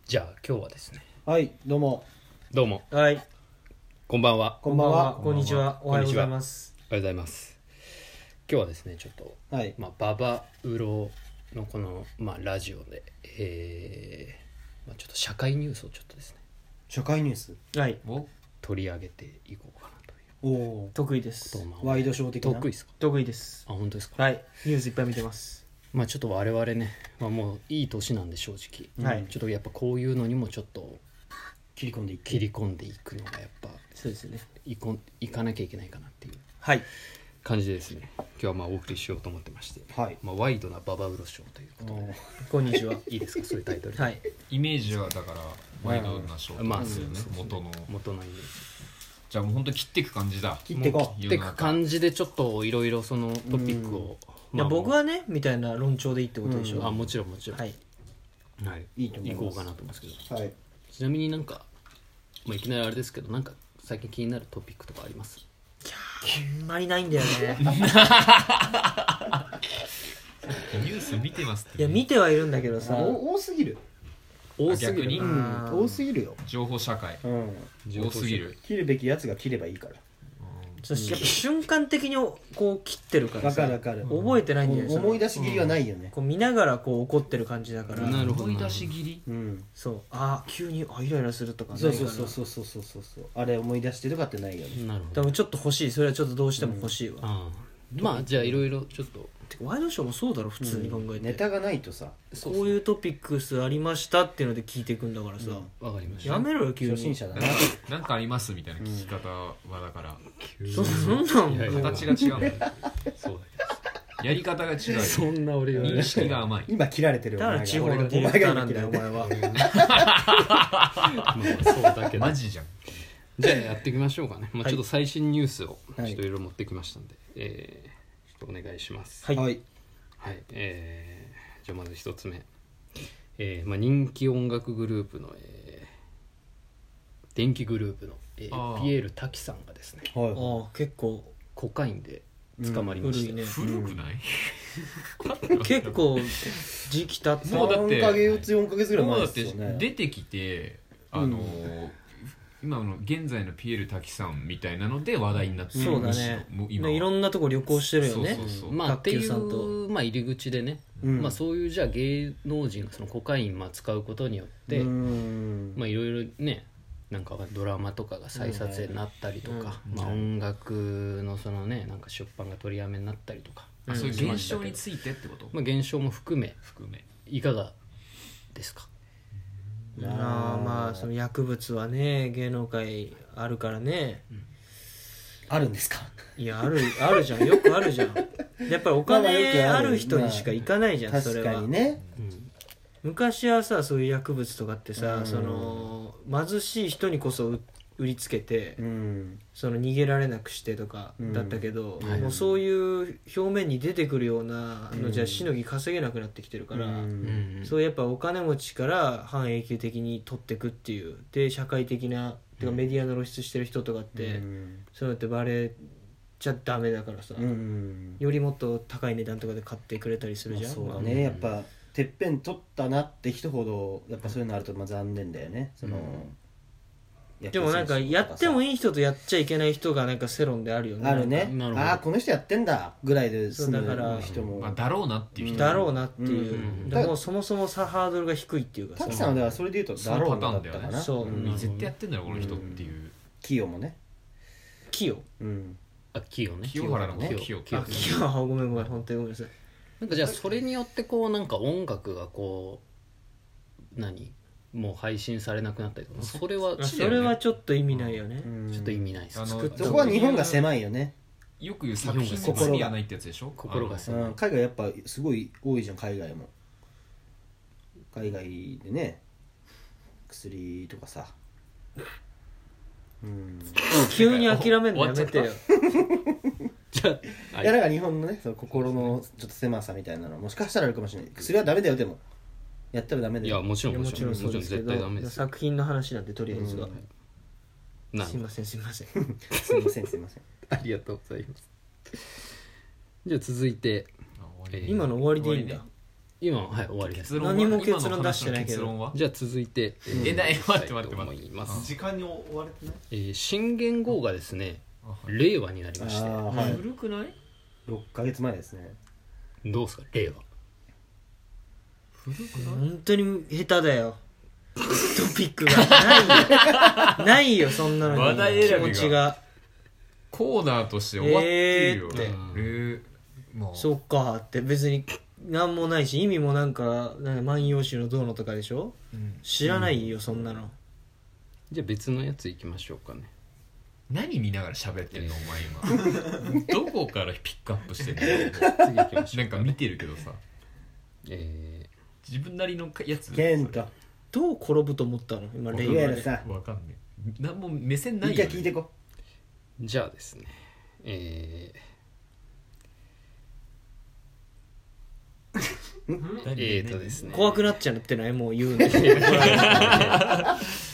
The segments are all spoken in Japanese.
じゃあ今日はですね、 はいどうもどうもはい、 こんばんは。 こんばんは。 こんにちは。おはようございます。 おはようございます。今日はですねちょっと、 はいババウロのこの、ラジオで、ちょっと社会ニュースをちょっとですね社会ニュースはい、 取り上げていこうかなというおお得意ですことを、 ワイドショー的な得意ですか？ 得意です。 あ、本当ですか？ はい、ニュースいっぱい見てます。 ちょっと我々ね、もういい年なんで正直、 はいちょっとやっぱこういうのにもちょっと切り込んでいく切り込んでいくのがやっぱそうですよね。 いかなきゃいけないかなっていうはい、 感じでですね、今日はお送りしようと思ってまして、 はいワイドなババウロショーということで、 こんにちは。 いいですか、そういうタイトルで。 はい、 イメージはだからワイドなショートですよね、元の。 元のイメージじゃあもうほんと切っていく感じだ。 切っていこってく感じでちょっといろいろそのトピックを、 いや僕はねみたいな論調でいいってことでしょ。 もちろんもちろん、 はい、 はい、 いいと思います行こうかなと思うんですけど、 うはいちなみになんか、いきなりあれですけど、なんか最近気になるトピックとかあります？ あんまりないんだよね。 ニュース見てますって、 いや見てはいるんだけどさ、 多すぎる多すぎる。 逆に多すぎるよ情報社会多すぎる。 切るべきやつが切ればいいからそうやっぱ瞬間的にこう切ってるからわさ、 かるわかる覚えてないんだよね。 思い出し切りはないよねこう見ながらこう怒ってる感じだから。 なるほど思い出し切り。 そう急にイライラするとかないそうから。 そうそうそうそうそうそうあれ思い出してとかってないよねなるほど。 でもちょっと欲しい。それはちょっとどうしても欲しいわ。 じゃあいろいろちょっとてかワイドショーもそうだろ普通に考えて、 ネタがないとさこういうトピックスありましたっていうので聞いていくんだからさ、 わかりました。 やめろよ急に。 初心者だななんかありますみたいな聞き方はだからそんなんいやいや形が違うもん。 そうやり方が違う。 そんな俺は認識が甘い。 今切られてるだから地方のディお前レクターなんだよおが今切られてる前は。 そうだけど、 マジじゃん。 じゃあやっていきましょうかね。ちょっと最新ニュースをちょはいっといろいろ持ってきましたんで、ちょっとお願いします。 はいはいはい、じゃあまず一つ目、人気音楽グループの、電気グループの、ピエール滝さんがですね、 はいああ結構コカインで捕まりました。 古いね。 古くない？ 結構時期経ってもうだって 3ヶ月4ヶ月ぐらい前もうだってですよね出てきて今の現在のピエール滝さんみたいなので話題になってる。 そうだねもう今ねいろんなとこ旅行してるよね。 そうそうそうってい卓球さんとう、入り口でね、そういうじゃあ芸能人がそのコカイン使うことによって、いろいろね、なんかドラマとかが再撮影になったりとか、音楽のそのね、なんか出版が取りやめになったりとか、 そういう現象についてってこと？ 現象も含めめいかがですか？ その薬物はね芸能界あるからね。 あるんですかいやあるじゃん。よくあるじゃん。やっぱりお金ある人にしか行かないじゃん、それは。 確かにね昔はさそういう薬物とかってさ、その貧しい人にこそ売りつけて、その逃げられなくしてとかだったけど、もうそういう表面に出てくるようなのじゃしのぎ稼げなくなってきてるから、そうやっぱお金持ちから半永久的に取ってくっていうで社会的なてかメディアの露出してる人とかって、そういうのってバレちゃダメだからさ、よりもっと高い値段とかで買ってくれたりするじゃん。 そうだねやっぱてっぺん取ったなって人ほどやっぱそういうのあると残念だよねそのでもなんかやってもいい人とやっちゃいけない人がなんか世論であるよね。 あるねなるほどああこの人やってんだぐらいで済そうだからむ人もだろうなっていう人だろうなっていう、でもそもそもハードルが低いっていうか滝さんはだからそれで言うとだろうなだったかなそう絶対やってんだろこの人っていう。 清もね清清ね、 清原のね清清ごめん本当にごめんなさい。 なんかじゃあそれによってこうなんか音楽がこうもう配信されなくなったりとか、それはちょっと意味ないよね。 ちょっと意味ないです。 そこは日本が狭いよねよく言う作品に罪はないってやつでしょ。 心が狭い。 海外やっぱすごい多いじゃん海外も海外でね薬とかさ急に諦めるのやめてよ。 じゃあいやだから日本のねその心のちょっと狭さみたいなのもしかしたらあるかもしれない薬はダメだよでもやったらダメだよいやもちろんそうですけ絶対ダメどです。 作品の話なんでとりあえずは、すいませんすいませんありがとうございます。じゃあ続いて、 今の終わりでいいんだ。 今はい終わりです。 何も結論出してないけど今の話の結論はじゃあ続いて待って待ってと思います。 時間に追われてない新元号がですねあはい令和になりまして、 はい古くない 6ヶ月前ですね。 どうですか令和。 古くない本当に下手だよトピックがないよないよそんなのに話題選びが気持ちがコーナーとして終わってるよってまあそっかって別に何もないし意味もなんか万葉集のどうのとかでしょうん知らないよそんなのじゃあ別のやついきましょうかね。 何見ながら喋ってんのお前今どこからピックアップしてんの次行きましょうんなか見てるけどさ自分なりのやつケントどう転ぶと思ったの今レイヤーでいわゆるさわかんねえ何も目線ない一よ、ね、 回聞いてこじゃあですねですね怖くなっちゃうってないもう言うんでじゃあ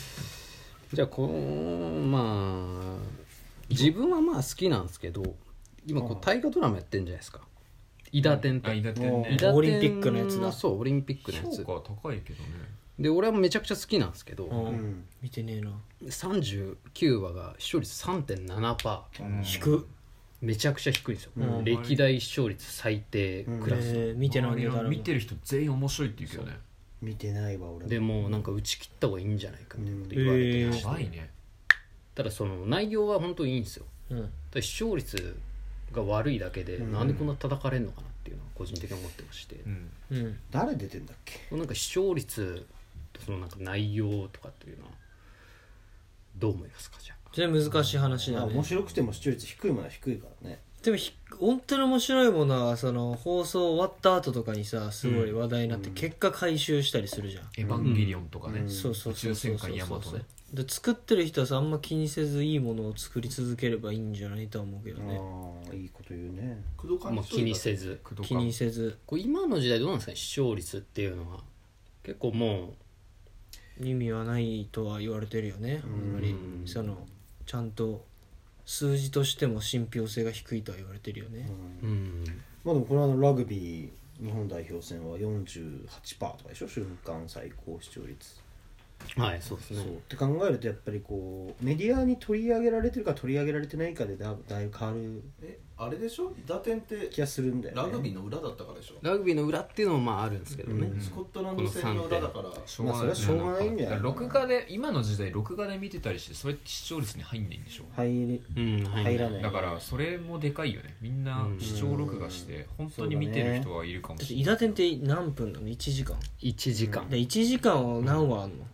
まあ自分はまあ好きなんですけど今こう大河ドラマやってんじゃないですか。伊達天ってあ伊達天ね伊達天オリンピックのやつだそうオリンピックのやつ評価高いけどねで俺はめちゃくちゃ好きなんですけど、 うんうん見てねえな 39話が視聴率 3.7%、 引くめちゃくちゃ低いんですよ、 うん歴代視聴率最低クラス、 見てないんだよ誰も見てる人全員面白いって言うけどね見てないわ俺でもうなんか打ち切った方がいいんじゃないかみたいなこと言われてまして、 やばいねただその内容は本当にいいんですよ。 うんただ視聴率が悪いだけで、 うんなんでこんな叩かれるのかなっていうのは個人的に思ってまして、 うんうん誰出てんだっけなんか視聴率とそのなんか内容とかっていうのはどう思いますか。じゃあそれ難しい話だね面白くても視聴率低いものは低いからねでも本当に面白いものはその放送終わった後とかにさすごい話題になって結果回収したりするじゃん、 エヴァンゲリオンとかね、 うんそうそう宇宙戦艦ヤマトねで作ってる人はさあんま気にせずいいものを作り続ければいいんじゃないとは思うけどねああいいこと言うねもう気にせず気にせずこう今の時代どうなんですかね視聴率っていうのは結構も意味はないとは言われてるよねあんまりそのちゃんと数字としても信憑性が低いとは言われてるよねうまあでもこれはラグビー日本代表戦は 48% とかでしょ瞬間最高視聴率はいそうですねそうって考えるとやっぱりこうメディアに取り上げられてるか取り上げられてないかでだいぶ変わるあれでしょ伊達天って気がするんだよねラグビーの裏だったからでしょ、 ラグビーの裏っていうのもまああるんですけどね、 スコットランド戦の裏だからしょうがない、 まあそれはしょうがないんじゃない録画で今の時代録画で見てたりしてそれって視聴率に入んないんでしょ入入らないだからそれもでかいよねみんな視聴録画して本当に見てる人はいるかもだっしてれない伊達天って何分なの1時間 1時間で1時間は何話あんの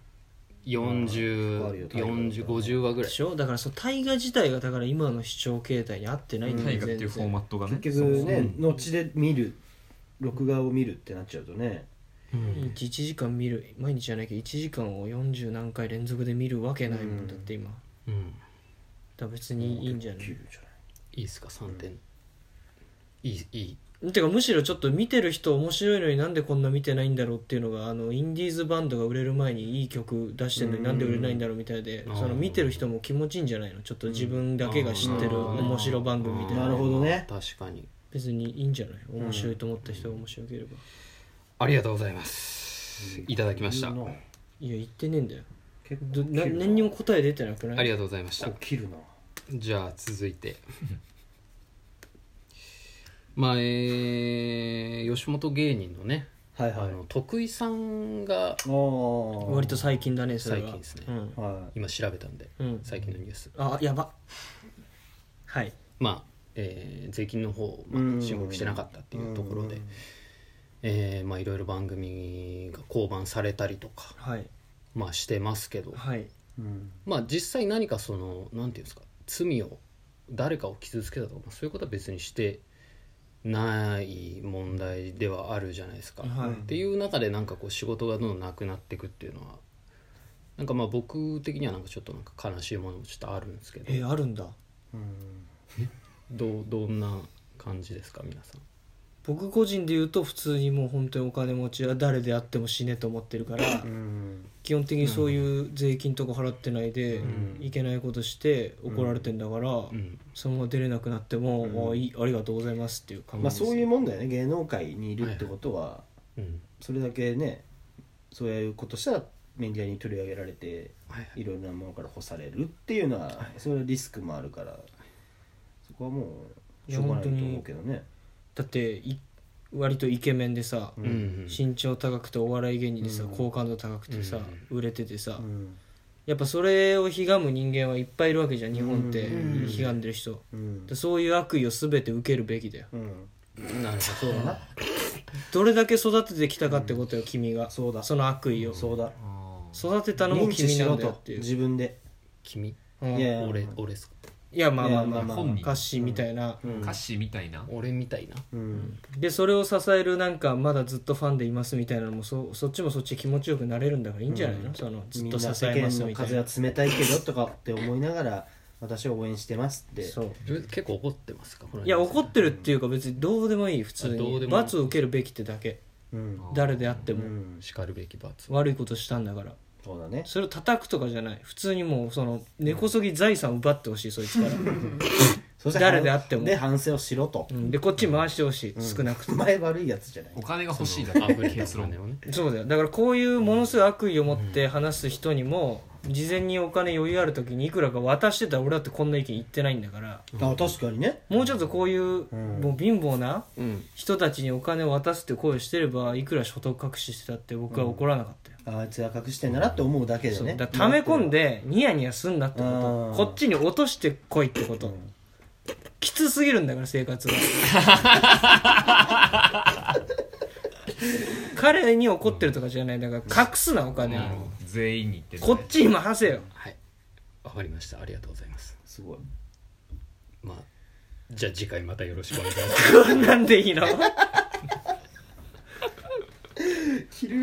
4050話ぐらいでしょだからその大河自体がだから今の視聴形態に合ってないんだよ大河っていうフォーマットがね結局ね後で見る録画を見るってなっちゃうとね 1時間見る毎日じゃないけど1時間を40何回連続で見るわけないもんだって今だかうんら別にいいんじゃない切るじゃないいいっすか3点いいてかむしろちょっと見てる人面白いのになんでこんな見てないんだろうっていうのがインディーズバンドが売れる前にいい曲出してるのになんで売れないんだろうみたいでその見てる人も気持ちいいんじゃないのちょっと自分だけが知ってる面白番組みたいななるほどね確かに別にいいんじゃない面白いと思った人が面白ければありがとうございますいただきましたいいないや言ってねえんだよ結構切るな何にも答え出てなくないありがとうございました結構切るなじゃあ続いてまあ吉本芸人のねはいはい徳井さんが割と最近だねそれは最近ですねうんは今調べたんでうん最近のニュースあやばはいまあ税金の方申告してなかったっていうところでまあいろいろ番組が降板されたりとかはいまあしてますけどはいまあ実際何かそのなんていうんですか罪を誰かを傷つけたとかそういうことは別にしてない問題ではあるじゃないですか、 はいっていう中でなんかこう仕事がどんどんなくなっていくっていうのはなんかまあ僕的にはなんかちょっとなんか悲しいものもちょっとあるんですけどあるんだどんな感じですか皆さん。 僕個人で言うと普通にもう本当にお金持ちは誰であっても死ねと思ってるから基本的にそういう税金とか払ってないでいけないことして怒られてんだからそのまま出れなくなってもありがとうございますっていう感じです。 まあそういうもんだよね芸能界にいるってことはそれだけねそういうことしたらメディアに取り上げられて、 はいいろいろなものから干されるっていうのは、それはリスクもあるから、そこはもうしょうがないと思うけどね。 だって割とイケメンでさ、身長高くてお笑い芸人でさ、好感度高くてさ、売れててさ、やっぱそれをひがむ人間はいっぱいいるわけじゃん、日本ってひがんでる人、そういう悪意を全て受けるべきだよ、 なるほど。 そうだな。 どれだけ育ててきたかってことよ、君が。 そうだ。 その悪意をそうだ。 育てたのも君なんだよっていう。 自分で。 君いや俺ですか。 いやまあまあまあ、 本人カッシーみたいな、 歌詞みたいな俺みたいな。 でそれを支えるなんかまだずっとファンでいますみたいなのもそっちもそっち気持ちよくなれるんだからいいんじゃないの、そのずっと支えますみたいな。 風は冷たいけどとかって思いながら私は応援してますって。 そう結構怒ってますか。 いや怒ってるっていうか別にどうでもいい、普通に罰を受けるべきってだけ、誰であっても、 叱るべき罰。 悪いことしたんだから。 そうだね。 それを叩くとかじゃない、普通にもうその根こそぎ財産を奪ってほしい、そいつからそして誰であってもで反省をしろと、 でこっち回してほしい、少なくとも前悪いやつじゃない。 お金が欲しいだけ結論そうだよ。だからこういうものすごい悪意を持って話す人にも、事前にお金余裕ある時にいくらか渡してたら俺だってこんな意見言ってないんだから、 あ、確かにね。 もうちょっとこういう、もう貧乏な人たちにお金を渡すって声をしてれば、いくら所得隠ししてたって僕は怒らなかったよ、 あいつは隠してんだなって思うだけでね。 だから溜め込んでニヤニヤすんなってこと、こっちに落としてこいってこと、きつすぎるんだから生活が彼に怒ってるとかじゃない、だから隠すなお金を、 全員に言ってこっちに回せよ。 はいわかりました、ありがとうございます。 すごい。 まあじゃあ次回またよろしくお願いします。 こんなんでいいの